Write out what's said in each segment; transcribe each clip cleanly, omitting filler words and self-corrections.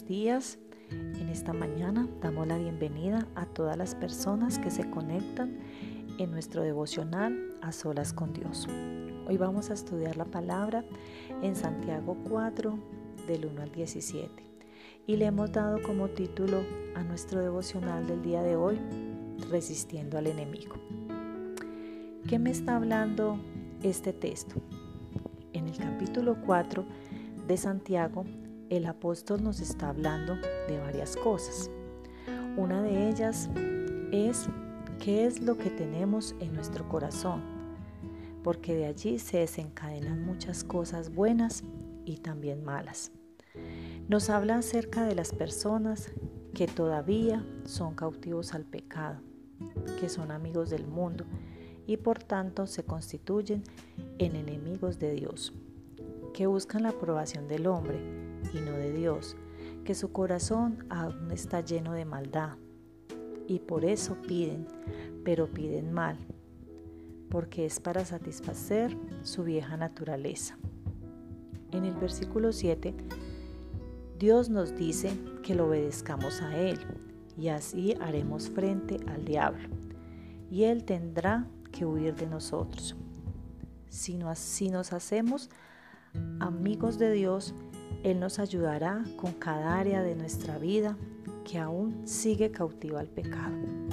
días. En esta mañana damos la bienvenida a todas las personas que se conectan en nuestro devocional A Solas con Dios. Hoy vamos a estudiar la palabra en Santiago 4, del 1 al 17. Y le hemos dado como título a nuestro devocional del día de hoy, Resistiendo al enemigo. ¿Qué me está hablando este texto? En el capítulo 4 de Santiago, el apóstol nos está hablando de varias cosas. Una de ellas es qué es lo que tenemos en nuestro corazón, porque de allí se desencadenan muchas cosas buenas y también malas. Nos habla acerca de las personas que todavía son cautivos al pecado, que son amigos del mundo y por tanto se constituyen en enemigos de Dios, que buscan la aprobación del hombre y no de Dios, que su corazón aún está lleno de maldad y por eso piden, pero piden mal, porque es para satisfacer su vieja naturaleza. En el versículo 7, Dios nos dice que lo obedezcamos a Él y así haremos frente al diablo y Él tendrá que huir de nosotros. Si nos hacemos amigos de Dios, Él nos ayudará con cada área de nuestra vida que aún sigue cautiva al pecado.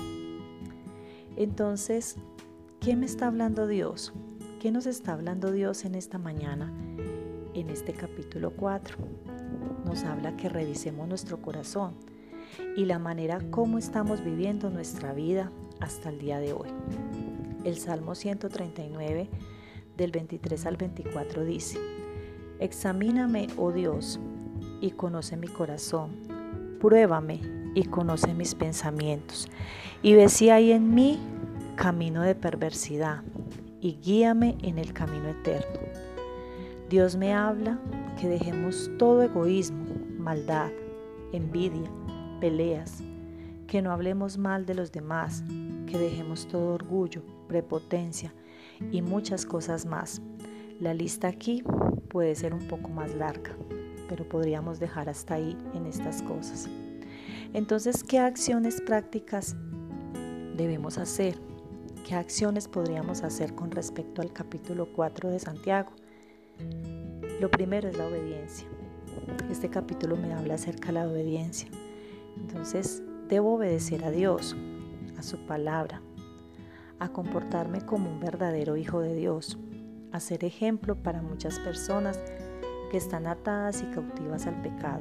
Entonces, ¿qué me está hablando Dios? ¿Qué nos está hablando Dios en esta mañana? En este capítulo 4 nos habla que revisemos nuestro corazón y la manera como estamos viviendo nuestra vida hasta el día de hoy. El Salmo 139 del 23 al 24 dice: Examíname, oh Dios, y conoce mi corazón. Pruébame y conoce mis pensamientos. Y ve si hay en mí camino de perversidad, y guíame en el camino eterno. Dios me habla que dejemos todo egoísmo, maldad, envidia, peleas, que no hablemos mal de los demás, que dejemos todo orgullo, prepotencia y muchas cosas más. La lista aquí puede ser un poco más larga, pero podríamos dejar hasta ahí en estas cosas. Entonces, ¿qué acciones prácticas debemos hacer? ¿Qué acciones podríamos hacer con respecto al capítulo 4 de Santiago? Lo primero es la obediencia. Este capítulo me habla acerca de la obediencia. Entonces, debo obedecer a Dios, a su palabra, a comportarme como un verdadero hijo de Dios, a ser ejemplo para muchas personas que están atadas y cautivas al pecado.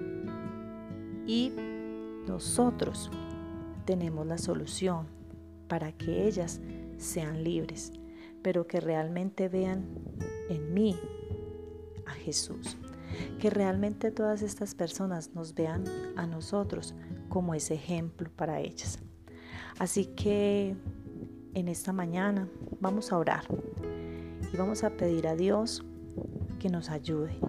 Y nosotros tenemos la solución para que ellas sean libres, pero que realmente vean en mí a Jesús, que realmente todas estas personas nos vean a nosotros como ese ejemplo para ellas. Así que en esta mañana vamos a orar y vamos a pedir a Dios que nos ayude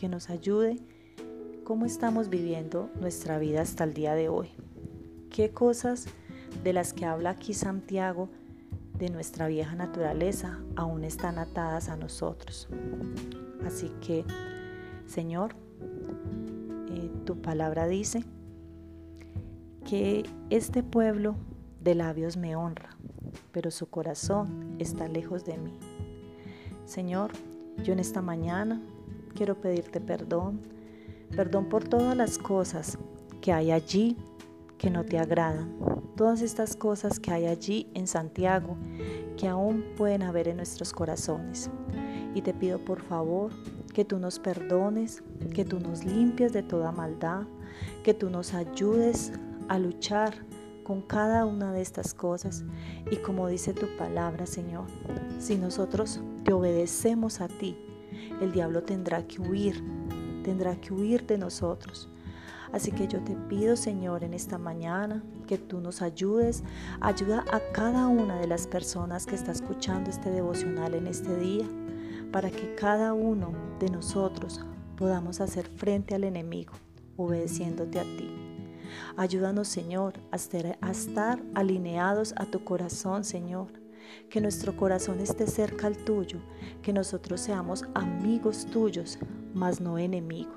cómo estamos viviendo nuestra vida hasta el día de hoy. ¿Qué cosas de las que habla aquí Santiago de nuestra vieja naturaleza aún están atadas a nosotros? Así que, Señor, tu palabra dice que este pueblo de labios me honra, pero su corazón está lejos de mí. Señor, yo en esta mañana quiero pedirte perdón por todas las cosas que hay allí que no te agradan, todas estas cosas que hay allí en Santiago que aún pueden haber en nuestros corazones. Y te pido por favor que tú nos perdones, que tú nos limpies de toda maldad, que tú nos ayudes a luchar con cada una de estas cosas. Y como dice tu palabra, Señor, si nosotros te obedecemos a ti, el diablo tendrá que huir de nosotros. Así que yo te pido, Señor, en esta mañana que tú nos ayudes, ayuda a cada una de las personas que está escuchando este devocional en este día, para que cada uno de nosotros podamos hacer frente al enemigo, obedeciéndote a ti. Ayúdanos, Señor, a estar alineados a tu corazón, Señor. Que nuestro corazón esté cerca al tuyo, que nosotros seamos amigos tuyos, mas no enemigos.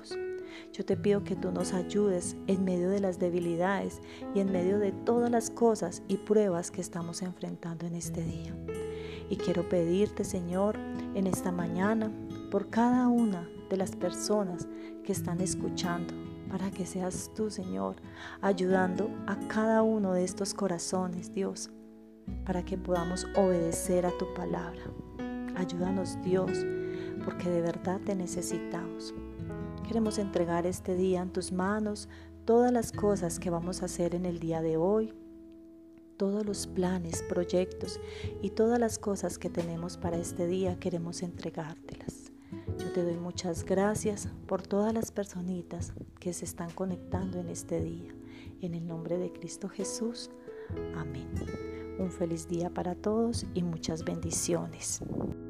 Yo te pido que tú nos ayudes en medio de las debilidades y en medio de todas las cosas y pruebas que estamos enfrentando en este día. Y quiero pedirte, Señor, en esta mañana, por cada una de las personas que están escuchando, para que seas tú, Señor, ayudando a cada uno de estos corazones, Dios, para que podamos obedecer a tu palabra. Ayúdanos, Dios, porque de verdad te necesitamos. Queremos entregar este día en tus manos todas las cosas que vamos a hacer en el día de hoy, todos los planes, proyectos y todas las cosas que tenemos para este día queremos entregártelas. Yo te doy muchas gracias por todas las personitas que se están conectando en este día. En el nombre de Cristo Jesús. Amén. Un feliz día para todos y muchas bendiciones.